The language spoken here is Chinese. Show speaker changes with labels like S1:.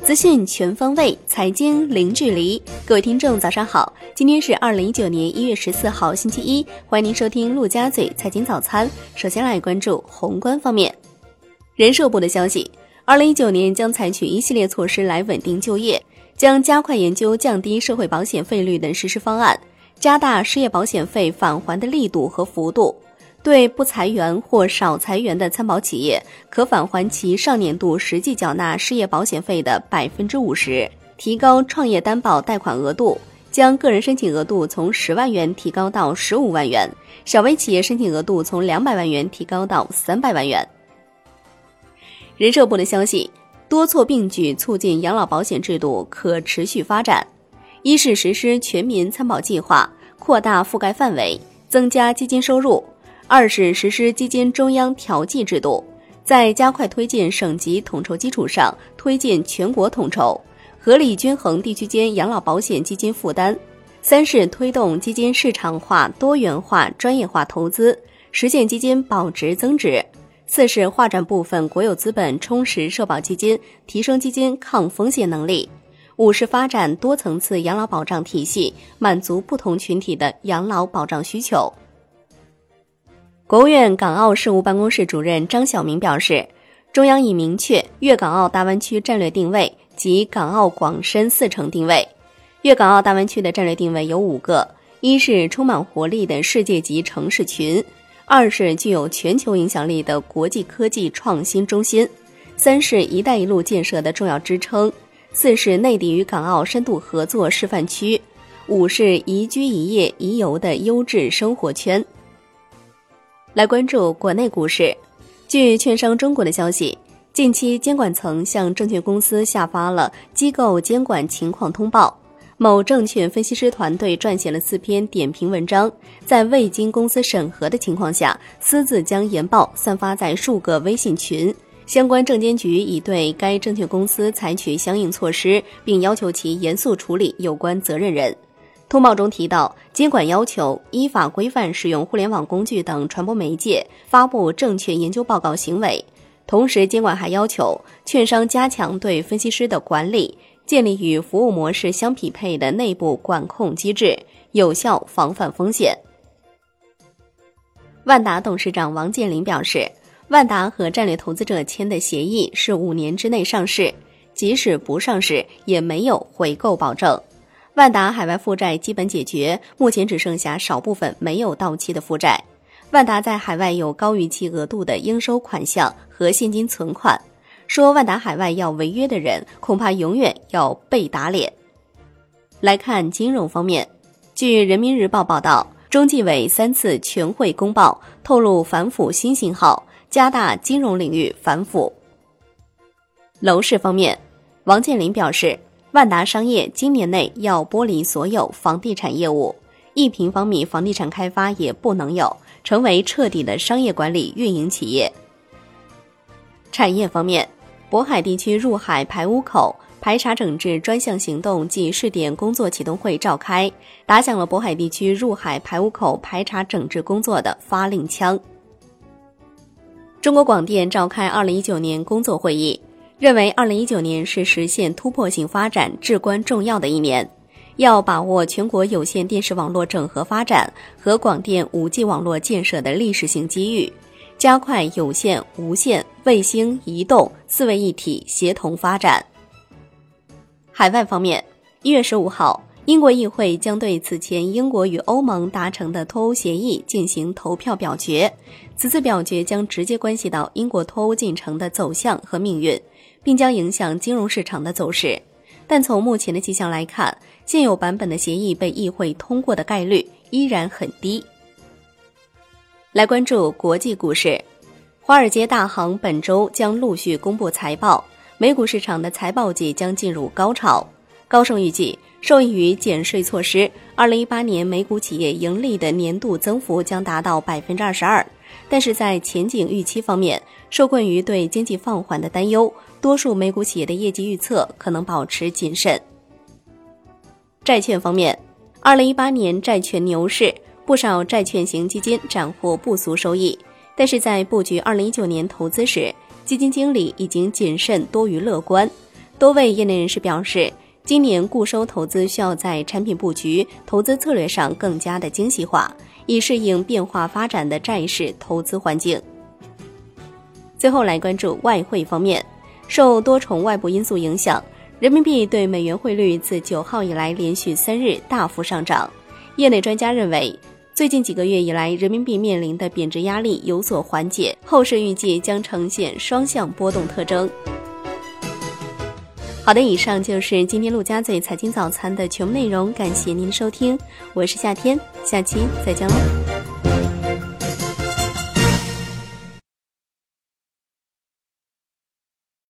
S1: 资讯全方位，财经零距离。各位听众早上好，今天是2019年1月14号星期一，欢迎您收听陆家嘴财经早餐。首先来关注宏观方面。人社部的消息，2019年将采取一系列措施来稳定就业，将加快研究降低社会保险费率等实施方案，加大失业保险费返还的力度和幅度。对不裁员或少裁员的参保企业，可返还其上年度实际缴纳失业保险费的50%，提高创业担保贷款额度，将个人申请额度从10万元提高到15万元，小微企业申请额度从200万元提高到300万元。人社部的消息，多措并举促进养老保险制度可持续发展。一是实施全民参保计划，扩大覆盖范围，增加基金收入。二是实施基金中央调剂制度，在加快推进省级统筹基础上推进全国统筹，合理均衡地区间养老保险基金负担。三是推动基金市场化、多元化、专业化投资，实现基金保值增值。四是划转部分国有资本充实社保基金，提升基金抗风险能力。五是发展多层次养老保障体系，满足不同群体的养老保障需求。国务院港澳事务办公室主任张晓明表示，中央已明确粤港澳大湾区战略定位及港澳广深4城定位。粤港澳大湾区的战略定位有5个，一是充满活力的世界级城市群，二是具有全球影响力的国际科技创新中心，三是一带一路建设的重要支撑，四是内地与港澳深度合作示范区，五是宜居宜业宜游的优质生活圈。来关注国内股市。据券商中国的消息，近期监管层向证券公司下发了机构监管情况通报。某证券分析师团队撰写了4篇点评文章，在未经公司审核的情况下，私自将研报散发在数个微信群。相关证监局已对该证券公司采取相应措施，并要求其严肃处理有关责任人。通报中提到，监管要求依法规范使用互联网工具等传播媒介发布证券研究报告行为。同时，监管还要求券商加强对分析师的管理，建立与服务模式相匹配的内部管控机制，有效防范风险。万达董事长王健林表示，万达和战略投资者签的协议是5年之内上市，即使不上市也没有回购保证。万达海外负债基本解决，目前只剩下少部分没有到期的负债。万达在海外有高于其额度的应收款项和现金存款，说万达海外要违约的人恐怕永远要被打脸。来看金融方面，据人民日报报道，中纪委3次全会公报透露反腐新信号，加大金融领域反腐。楼市方面，王健林表示，万达商业今年内要剥离所有房地产业务，1平方米房地产开发也不能有，成为彻底的商业管理运营企业。产业方面，渤海地区入海排污口排查整治专项行动暨试点工作启动会召开，打响了渤海地区入海排污口排查整治工作的发令枪。中国广电召开2019年工作会议，认为2019年是实现突破性发展至关重要的一年，要把握全国有线电视网络整合发展和广电5G 网络建设的历史性机遇，加快有线、无线、卫星、移动4位一体协同发展。海外方面，1月15号，英国议会将对此前英国与欧盟达成的脱欧协议进行投票表决，此次表决将直接关系到英国脱欧进程的走向和命运，并将影响金融市场的走势。但从目前的迹象来看，现有版本的协议被议会通过的概率依然很低。来关注国际股市，华尔街大行本周将陆续公布财报，美股市场的财报季将进入高潮。高盛预计，受益于减税措施，2018年美股企业盈利的年度增幅将达到 22%， 但是在前景预期方面，受困于对经济放缓的担忧，多数美股企业的业绩预测可能保持谨慎。债券方面，2018年债券牛市，不少债券型基金斩获不俗收益，但是在布局2019年投资时，基金经理已经谨慎多于乐观。 多位业内人士表示，今年固收投资需要在产品布局、投资策略上更加的精细化，以适应变化发展的债市投资环境。最后来关注外汇方面，受多重外部因素影响，人民币对美元汇率自9号以来连续3日大幅上涨。业内专家认为，最近几个月以来，人民币面临的贬值压力有所缓解，后市预计将呈现双向波动特征。好的，以上就是今天陆家嘴财经早餐的全部内容，感谢您的收听，我是夏天，下期再见喽。